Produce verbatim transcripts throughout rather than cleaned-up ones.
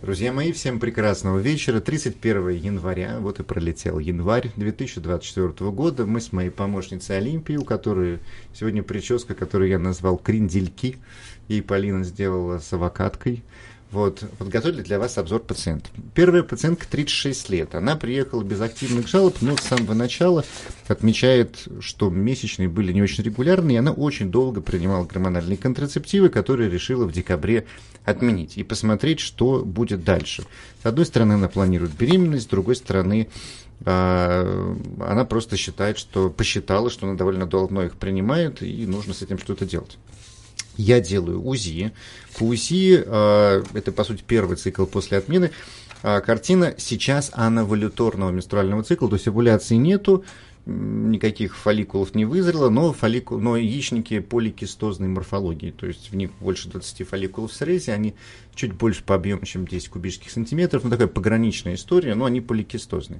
Друзья мои, всем прекрасного вечера. тридцать первого января, вот и пролетел январь две тысячи двадцать четвёртого года. Мы с моей помощницей Олимпией, у которой сегодня прическа, которую я назвал крендельки, и Полина сделала с авокадкой. Вот, подготовили для вас обзор пациента. Первая пациентка тридцать шесть лет. Она приехала без активных жалоб, но с самого начала отмечает, что месячные были не очень регулярные, и она очень долго принимала гормональные контрацептивы, которые решила в декабре отменить и посмотреть, что будет дальше. С одной стороны, она планирует беременность, с другой стороны, она просто считает, что посчитала, что она довольно давно их принимает, и нужно с этим что-то делать. Я делаю УЗИ. По УЗИ, э, это, по сути, первый цикл после отмены. Э, картина сейчас анавалюторного менструального цикла, то есть овуляции нету, никаких фолликулов не вызрело, но, фолликул, но яичники поликистозной морфологии, то есть в них больше двадцати фолликулов в срезе, они чуть больше по объему, чем десять кубических сантиметров, ну такая пограничная история, но они поликистозные.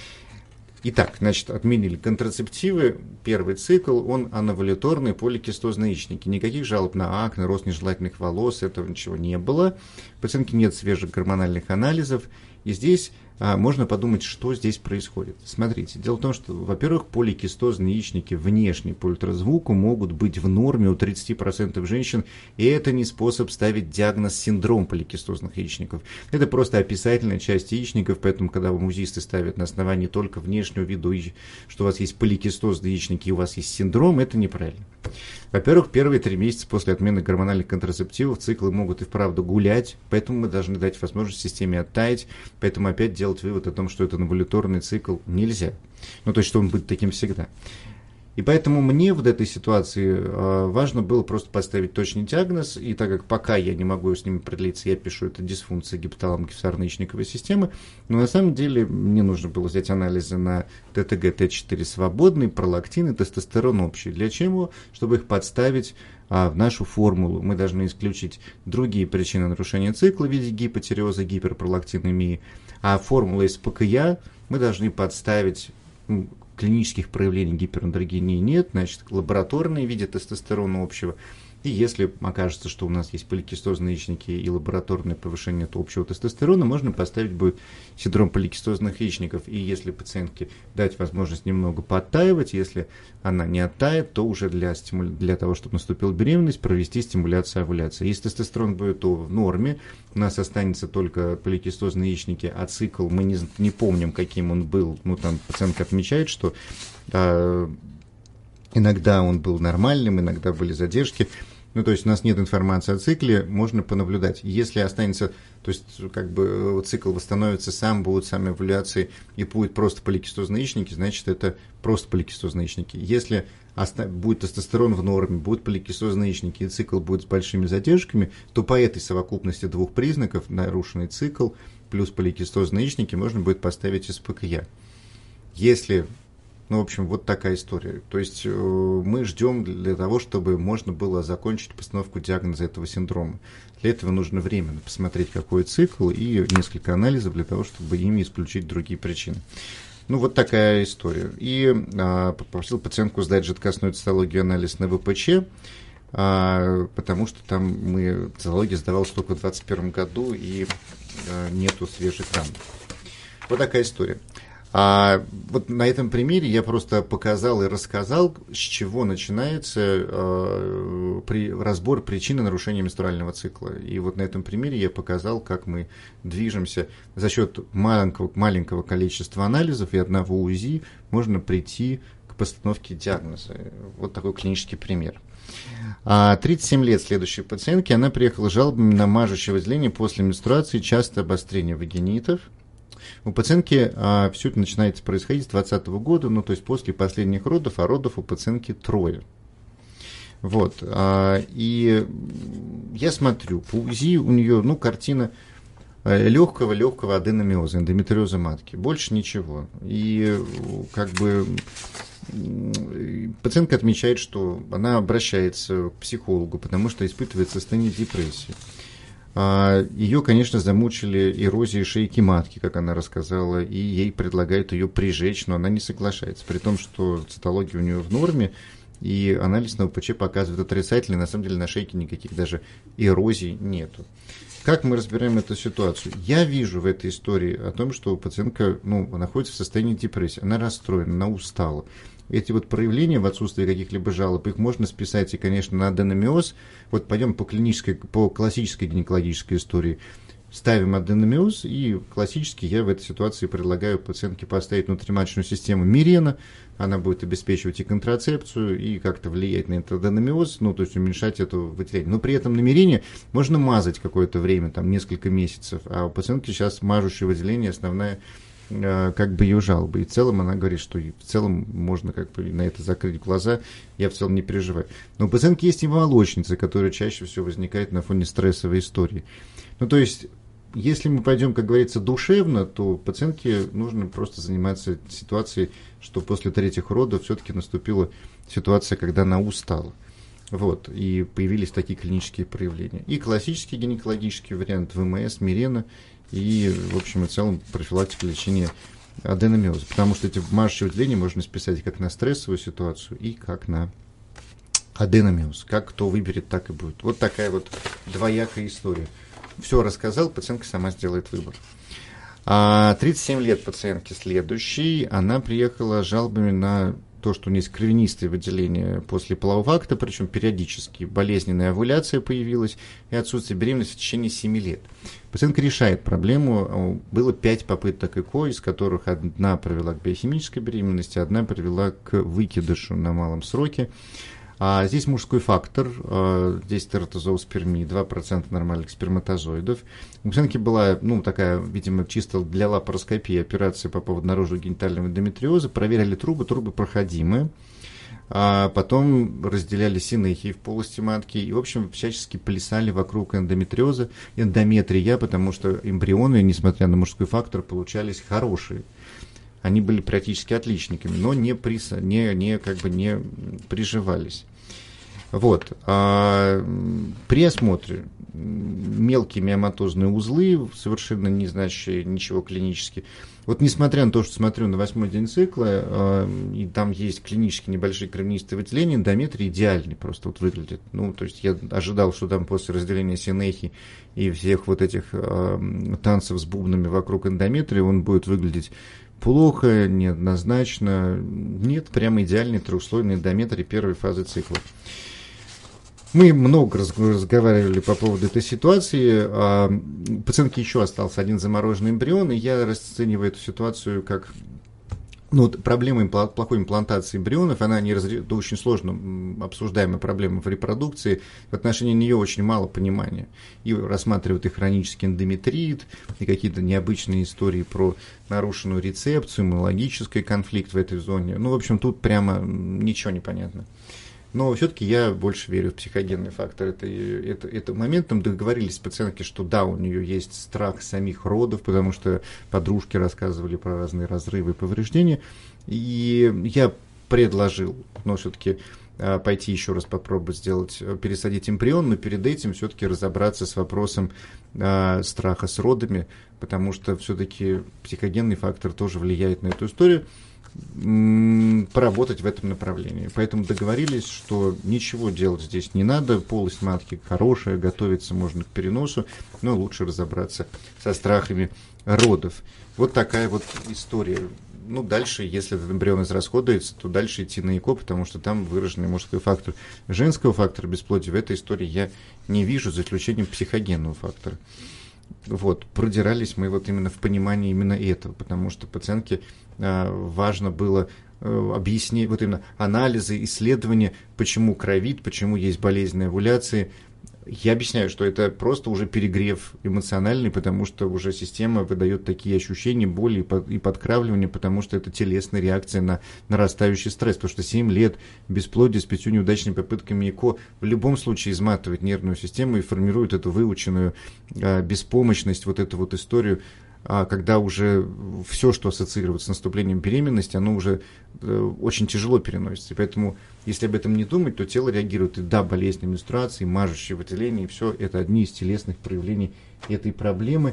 Итак, значит, отменили контрацептивы, первый цикл, он анавалюторный, поликистозные яичники. Никаких жалоб на акне, рост нежелательных волос, этого ничего не было. У пациентки нет свежих гормональных анализов. И здесь а, можно подумать, что здесь происходит. Смотрите, дело в том, что, во-первых, поликистозные яичники внешне по ультразвуку могут быть в норме у тридцати процентов женщин, и это не способ ставить диагноз синдром поликистозных яичников. Это просто описательная часть яичников, поэтому, когда вам УЗИсты ставят на основании только внешнего вида, что у вас есть поликистозные яичники и у вас есть синдром, это неправильно. Во-первых, первые три месяца после отмены гормональных контрацептивов циклы могут и вправду гулять, поэтому мы должны дать возможность системе оттаять, поэтому опять делать вывод о том, что это анавалюторный цикл, нельзя. Ну, то есть, что он будет таким всегда. И поэтому мне в этой ситуации э, важно было просто поставить точный диагноз, и так как пока я не могу с ним определиться, я пишу это дисфункция гипоталамо-кефаларно-яичниковой системы, но на самом деле мне нужно было взять анализы на тэ тэ гэ тэ четыре свободный, пролактин и тестостерон общий. Для чего? Чтобы их подставить а, в нашу формулу. Мы должны исключить другие причины нарушения цикла в виде гипотиреоза, гиперпролактинемии, а формулу из пэ ка я мы должны подставить. Клинических проявлений гиперандрогении нет, значит, лабораторные в виде тестостерона общего. И если окажется, что у нас есть поликистозные яичники и лабораторное повышение общего тестостерона, можно поставить будет синдром поликистозных яичников. И если пациентке дать возможность немного подтаивать, если она не оттает, то уже для, стиму... для того, чтобы наступила беременность, провести стимуляцию овуляции. Если тестостерон будет то в норме, у нас останется только поликистозные яичники, а цикл мы не, не помним, каким он был. Ну, там пациентка отмечает, что а, иногда он был нормальным, иногда были задержки. Ну, то есть у нас нет информации о цикле, можно понаблюдать. Если останется, то есть как бы цикл восстановится сам, будут сами овуляции и будет просто поликистозные яичники, значит это просто поликистозные яичники. Если оста- будет тестостерон в норме, будут поликистозные яичники и цикл будет с большими задержками, то по этой совокупности двух признаков, нарушенный цикл плюс поликистозные яичники, можно будет поставить из пэ ка я. Если... Ну, в общем, вот такая история. То есть э, мы ждем для того, чтобы можно было закончить постановку диагноза этого синдрома. Для этого нужно время посмотреть, какой цикл, и несколько анализов для того, чтобы ими исключить другие причины. Ну, вот такая история. И э, попросил пациентку сдать жидкостную цитологию, анализ на вэ пэ че, э, потому что там мы цитологию сдавалась только в двадцать первом году, и э, нету свежих данных. Вот такая история. А вот на этом примере я просто показал и рассказал, с чего начинается э, при, разбор причины нарушения менструального цикла. И вот на этом примере я показал, как мы движемся за счет маленького, маленького количества анализов и одного УЗИ можно прийти к постановке диагноза. Вот такой клинический пример. А тридцать семь лет следующей пациентке, она приехала с жалобами на мажущее выделение после менструации, часто обострение вагинитов. У пациентки а, все это начинает происходить с двадцатого года, ну, то есть после последних родов, а родов у пациентки трое. Вот. А, и я смотрю, по УЗИ у нее, ну, картина легкого-легкого аденомиоза, эндометриоза матки. Больше ничего. И как бы пациентка отмечает, что она обращается к психологу, потому что испытывает состояние депрессии. Ее, конечно, замучили эрозии шейки матки, как она рассказала, и ей предлагают ее прижечь, но она не соглашается, при том, что цитология у нее в норме, и анализ на вэ пэ че показывает отрицательный, на самом деле на шейке никаких даже эрозий нету. Как мы разбираем эту ситуацию? Я вижу в этой истории о том, что пациентка ну, находится в состоянии депрессии, она расстроена, она устала. Эти вот проявления в отсутствии каких-либо жалоб, их можно списать и, конечно, на аденомиоз. Вот пойдем по клинической, по классической гинекологической истории. Ставим аденомиоз, и классически я в этой ситуации предлагаю пациентке поставить внутриматочную систему Мирена. Она будет обеспечивать и контрацепцию, и как-то влиять на этот аденомиоз, ну, то есть уменьшать это выделение. Но при этом на Мирене можно мазать какое-то время, там, несколько месяцев, а у пациентки сейчас мажущее выделение основная э, как бы ее жалоба. И в целом она говорит, что в целом можно как бы на это закрыть глаза, я в целом не переживаю. Но у пациентки есть и молочница, которая чаще всего возникает на фоне стрессовой истории. Ну, то есть если мы пойдем, как говорится, душевно, то пациентке нужно просто заниматься ситуацией, что после третьих родов все-таки наступила ситуация, когда она устала. Вот, и появились такие клинические проявления. И классический гинекологический вариант ВМС, Мирена, и, в общем и целом, профилактика лечения аденомиоза. Потому что эти мажущие выделения можно списать как на стрессовую ситуацию и как на аденомиоз. Как кто выберет, так и будет. Вот такая вот двоякая история. Все рассказал, пациентка сама сделает выбор. А тридцать семь лет пациентке следующей, она приехала с жалобами на то, что у нее есть кровянистые выделения после полового акта, причем периодически болезненная овуляция появилась и отсутствие беременности в течение семи лет. Пациентка решает проблему. Было пять попыток ЭКО, из которых одна привела к биохимической беременности, одна привела к выкидышу на малом сроке. А здесь мужской фактор, здесь тератозооспермия, два процента нормальных сперматозоидов. У пациентки была, ну, такая, видимо, чисто для лапароскопии операция по поводу наружного генитального эндометриоза. Проверяли трубы, трубы проходимые. А потом разделяли синехии в полости матки и, в общем, всячески плясали вокруг эндометриоза, эндометрия, потому что эмбрионы, несмотря на мужской фактор, получались хорошие. Они были практически отличниками, но не, приса, не, не, как бы не приживались. Вот. А при осмотре мелкие миоматозные узлы, совершенно не значащие ничего клинически. Вот несмотря на то, что смотрю на восьмой день цикла, э, и там есть клинически небольшие кровянистые выделения, эндометрий идеальный просто вот выглядит. Ну, то есть я ожидал, что там после разделения синехи и всех вот этих э, танцев с бубнами вокруг эндометрия он будет выглядеть плохо, неоднозначно. Нет, прямо идеальный трехслойный эндометрий первой фазы цикла. Мы много разговаривали по поводу этой ситуации. У пациентки еще остался один замороженный эмбрион, и я расцениваю эту ситуацию как... Ну, вот проблема плохой имплантации эмбрионов, она не разре... это очень сложно обсуждаемая проблема в репродукции, в отношении нее очень мало понимания. И рассматривают и хронический эндометрит, и какие-то необычные истории про нарушенную рецепцию, иммунологический конфликт в этой зоне. Ну, в общем, тут прямо ничего не понятно. Но все-таки я больше верю в психогенный фактор. Это, это, это моментом договорились с пациенткой, что да, у нее есть страх самих родов, потому что подружки рассказывали про разные разрывы и повреждения. И я предложил, но все-таки пойти еще раз попробовать сделать, пересадить эмбрион, но перед этим все-таки разобраться с вопросом а, страха с родами, потому что все-таки психогенный фактор тоже влияет на эту историю. Поработать в этом направлении. Поэтому договорились, что ничего делать здесь не надо, полость матки хорошая, готовиться можно к переносу, но лучше разобраться со страхами родов. Вот такая вот история. Ну, дальше, если этот эмбрион израсходуется, то дальше идти на ЭКО, потому что там выраженный мужской фактор. Женского фактора бесплодия в этой истории я не вижу, за исключением психогенного фактора. Вот, продирались мы вот именно в понимании именно этого, потому что пациентке э, важно было э, объяснить, вот именно анализы, исследования, почему кровит, почему есть болезненные овуляции. Я объясняю, что это просто уже перегрев эмоциональный, потому что уже система выдает такие ощущения боли и подкравливания, потому что это телесная реакция на нарастающий стресс. Потому что семь лет бесплодия с пятью неудачными попытками ЭКО в любом случае изматывает нервную систему и формирует эту выученную а, беспомощность, вот эту вот историю, а, когда уже все, что ассоциируется с наступлением беременности, оно уже э, очень тяжело переносится. И поэтому, если об этом не думать, то тело реагирует. И да, болезненные менструации, мажущие выделения, и все это одни из телесных проявлений этой проблемы.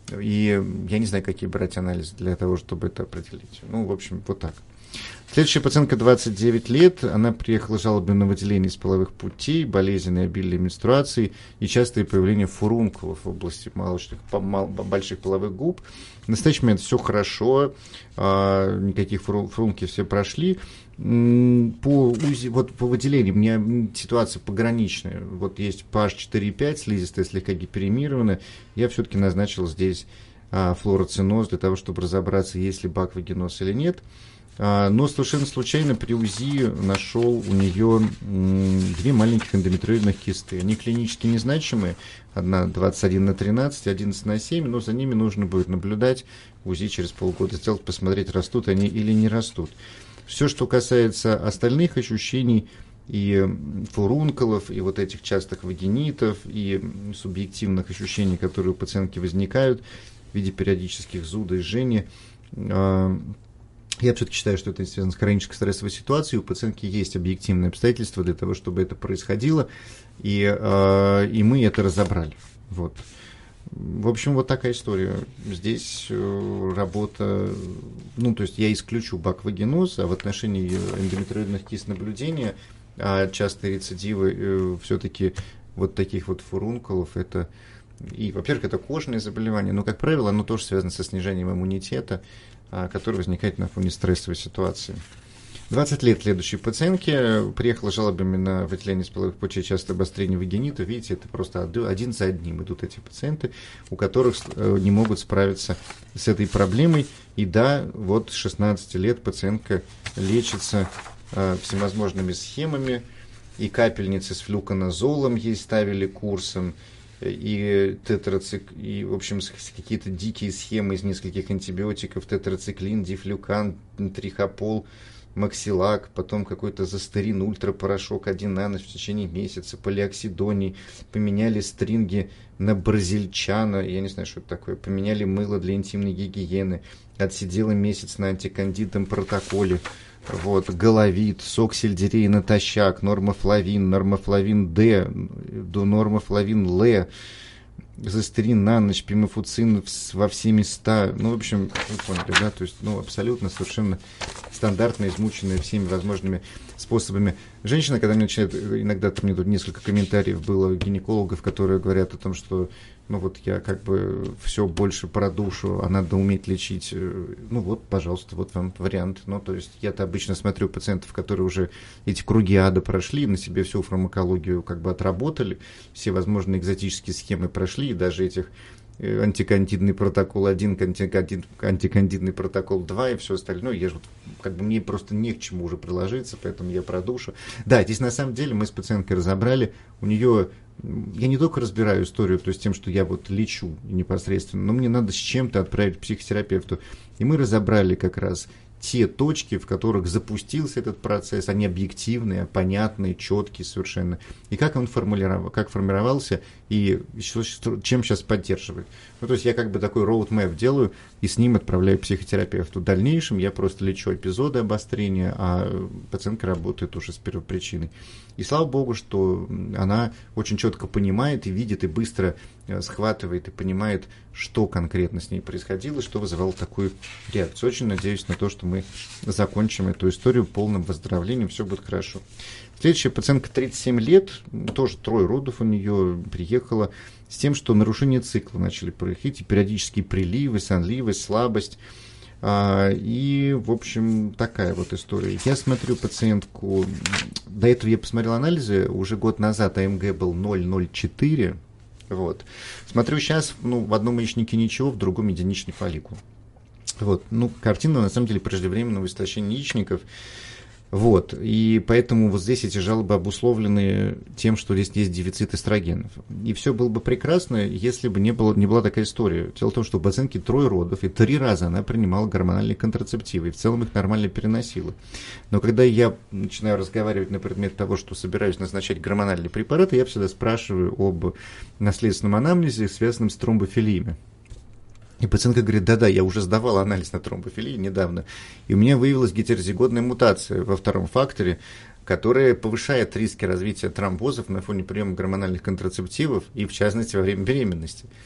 И я не знаю, какие брать анализы для того, чтобы это определить. Ну, в общем, вот так. Следующая пациентка двадцать девять лет, она приехала с жалобой на выделение из половых путей, болезненные обилие менструации и частые появления фурункулов в области молочных, больших половых губ. В настоящий момент все хорошо, никаких фурунки все прошли. По УЗИ, вот по выделению у меня ситуация пограничная. Вот есть пэ аш четыре и пять, слизистая слегка гиперемирована. Я все-таки назначил здесь флуороциноз для того, чтобы разобраться, есть ли баквагеноз или нет. Но совершенно случайно при УЗИ нашел у нее две маленьких эндометриозных кисты. Они клинически незначимые. Одна двадцать один на тринадцать, одиннадцать на семь, но за ними нужно будет наблюдать, УЗИ через полгода сделать, посмотреть, растут они или не растут. Все, что касается остальных ощущений и фурункулов, и вот этих частых вагинитов, и субъективных ощущений, которые у пациентки возникают в виде периодических зуда и жжения, я все-таки считаю, что это связано с хронической стрессовой ситуацией. У пациентки есть объективные обстоятельства для того, чтобы это происходило, и, э, и мы это разобрали. Вот. В общем, вот такая история. Здесь э, работа, ну, то есть я исключу баквагеноз, а в отношении эндометриозных кист наблюдения, а частые рецидивы э, все-таки вот таких вот фурункулов, это, и, во-первых, это кожные заболевания, но, как правило, оно тоже связано со снижением иммунитета, который возникает на фоне стрессовой ситуации. двадцать лет следующей пациентке приехала с жалобами на выделение из половых путей, частое обострение вагинита. Видите, это просто один за одним идут эти пациенты, у которых не могут справиться с этой проблемой. И да, вот с шестнадцати лет пациентка лечится всевозможными схемами, и капельницы с флюконазолом ей ставили курсом, и тетрацик, и, в общем, какие-то дикие схемы из нескольких антибиотиков: тетрациклин, дифлюкан, трихопол, максилак, потом какой-то застарин, ультрапорошок один на ночь в течение месяца, полиоксидоний, поменяли стринги на бразильчана, я не знаю, что это такое, поменяли мыло для интимной гигиены, отсидела месяц на антикандидном протоколе. Вот, головит, сок сельдерея натощак, нормофлавин, нормофлавин Д, нормофлавин Л, застарин на ночь, пимофуцин во все места. Ну, в общем, вы поняли, да, то есть, ну, абсолютно совершенно стандартно измученная всеми возможными способами. Женщина, когда мне начинает, иногда мне тут несколько комментариев было гинекологов, которые говорят о том, что, ну, вот я как бы все больше про душу, а надо уметь лечить. Ну, вот, пожалуйста, вот вам вариант. Ну, то есть я-то обычно смотрю пациентов, которые уже эти круги ада прошли, на себе всю фармакологию как бы отработали, все возможные экзотические схемы прошли, и даже этих антикандидный протокол один, антикандид, антикандидный протокол два и все остальное. Я же вот, как бы мне просто не к чему уже приложиться, поэтому я про душу. Да, здесь на самом деле мы с пациенткой разобрали, у нее, я не только разбираю историю, то есть тем, что я вот лечу непосредственно, но мне надо с чем-то отправить к психотерапевту. И мы разобрали как раз те точки, в которых запустился этот процесс, они объективные, понятные, четкие совершенно. И как он формулировал, как формировался, и еще, чем сейчас поддерживает. Ну, то есть я как бы такой роуд-мэп делаю, и с ним отправляю к психотерапевту. В дальнейшем я просто лечу эпизоды обострения, а пациентка работает уже с первопричиной. И слава богу, что она очень четко понимает и видит, и быстро схватывает, и понимает, что конкретно с ней происходило, что вызывало такую реакцию. Очень надеюсь на то, что мы закончим эту историю полным выздоровлением, все будет хорошо. Следующая пациентка тридцать семь лет, тоже трое родов у нее, приехала с тем, что нарушения цикла начали происходить, и периодические приливы, сонливость, слабость. И, в общем, такая вот история. Я смотрю пациентку, до этого я посмотрел анализы, уже год назад АМГ был ноль целых ноль четыре. Вот. Смотрю сейчас, ну, в одном яичнике ничего, в другом единичный фолликул. Вот. Ну, картина, на самом деле, преждевременного истощения яичников. Вот, и поэтому вот здесь эти жалобы обусловлены тем, что здесь есть дефицит эстрогенов. И все было бы прекрасно, если бы не, было, не была такая история. Дело в том, что у пациентки трое родов, и три раза она принимала гормональные контрацептивы, и в целом их нормально переносила. Но когда я начинаю разговаривать на предмет того, что собираюсь назначать гормональные препараты, я всегда спрашиваю об наследственном анамнезе, связанном с тромбофилиями. И пациентка говорит: да-да, я уже сдавала анализ на тромбофилии недавно, и у меня выявилась гетерозиготная мутация во втором факторе, которая повышает риски развития тромбозов на фоне приема гормональных контрацептивов, и в частности во время беременности.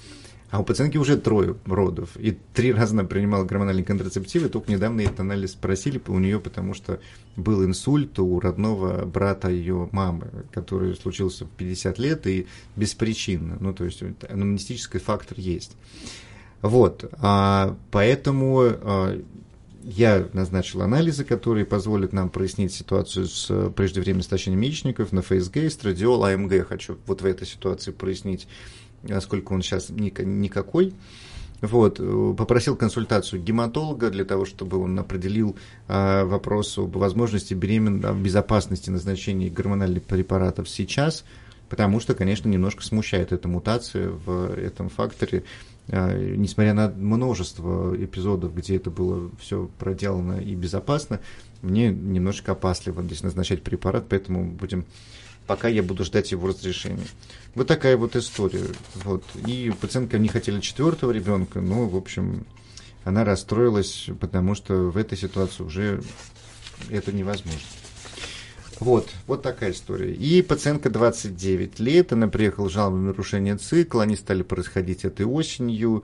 А у пациентки уже трое родов, и три раза она принимала гормональные контрацептивы, только недавно этот анализ спросили у нее, потому что был инсульт у родного брата ее мамы, который случился в пятьдесят лет и беспричинно, ну, то есть анамнестический фактор есть. Вот, а, поэтому а, я назначил анализы, которые позволят нам прояснить ситуацию с преждевременным истощением яичников на ФСГ, эстрадиол, АМГ хочу вот в этой ситуации прояснить, насколько он сейчас никакой. Вот, попросил консультацию гематолога для того, чтобы он определил а, вопрос об возможности беременности, о безопасности назначения гормональных препаратов сейчас, потому что, конечно, немножко смущает эта мутация в этом факторе, а, несмотря на множество эпизодов, где это было все проделано и безопасно, мне немножко опасливо здесь назначать препарат, поэтому будем... пока я буду ждать его разрешения. Вот такая вот история. Вот. И пациентка не хотели четвертого ребенка, но, в общем, она расстроилась, потому что в этой ситуации уже это невозможно. Вот, вот такая история. И пациентка двадцать девять лет, она приехала с жалобой на нарушение цикла, они стали происходить этой осенью.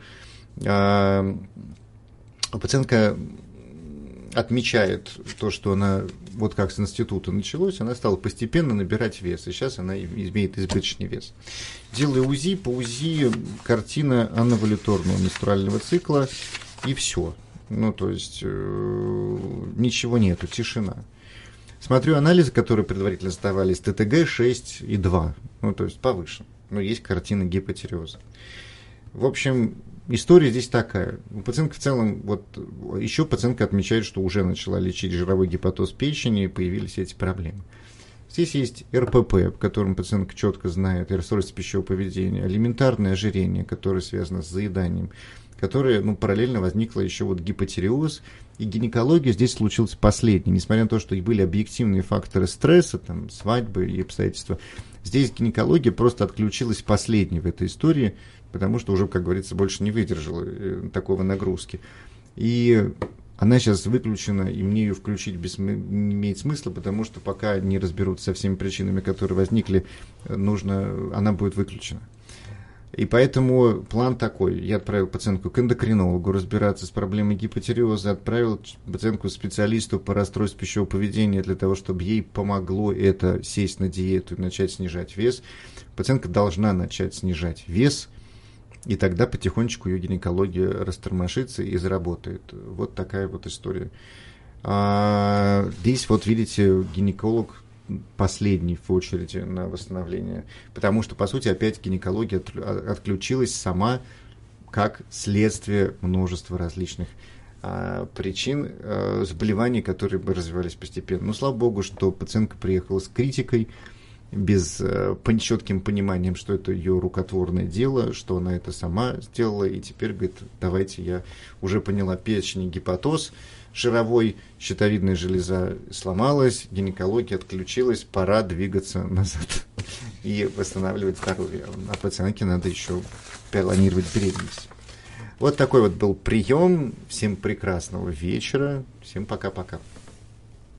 Пациентка отмечает то, что она, вот как с института началось, она стала постепенно набирать вес, и сейчас она имеет избыточный вес. Делаю УЗИ, по УЗИ картина анавалиторного менструального цикла, и все. Ну, то есть, э, ничего нету, тишина. Смотрю анализы, которые предварительно сдавались, ТТГ шесть и два, ну, то есть, повыше. Но есть картина гипотиреоза. В общем, история здесь такая. У пациентки в целом, вот еще пациентка отмечает, что уже начала лечить жировой гепатоз печени, и появились эти проблемы. Здесь есть РПП, в котором пациентка четко знает, и расстройство пищевого поведения, элементарное ожирение, которое связано с заеданием, которое, ну, параллельно возникло еще вот гипотиреоз, и гинекология здесь случилась последней, несмотря на то, что и были объективные факторы стресса, там, свадьбы и обстоятельства. Здесь гинекология просто отключилась последней в этой истории, потому что уже, как говорится, больше не выдержала э, такого нагрузки. И она сейчас выключена, и мне ее включить без, не имеет смысла, потому что пока не разберутся со всеми причинами, которые возникли, нужно, она будет выключена. И поэтому план такой. Я отправил пациентку к эндокринологу разбираться с проблемой гипотиреоза, отправил пациентку к специалисту по расстройству пищевого поведения для того, чтобы ей помогло это сесть на диету и начать снижать вес. Пациентка должна начать снижать вес, и тогда потихонечку ее гинекология растормошится и заработает. Вот такая вот история. А здесь вот видите, гинеколог последний в очереди на восстановление, потому что, по сути, опять гинекология отключилась сама как следствие множества различных а, причин а, заболеваний, которые бы развивались постепенно. Но слава богу, что пациентка приехала с критикой, без а, четким пониманием, что это ее рукотворное дело, что она это сама сделала, и теперь говорит, давайте, я уже поняла, печень, гепатоз жировой, щитовидная железа сломалась, гинекология отключилась, пора двигаться назад и восстанавливать здоровье. А пациентке надо еще планировать беременность. Вот такой вот был прием. Всем прекрасного вечера. Всем пока-пока.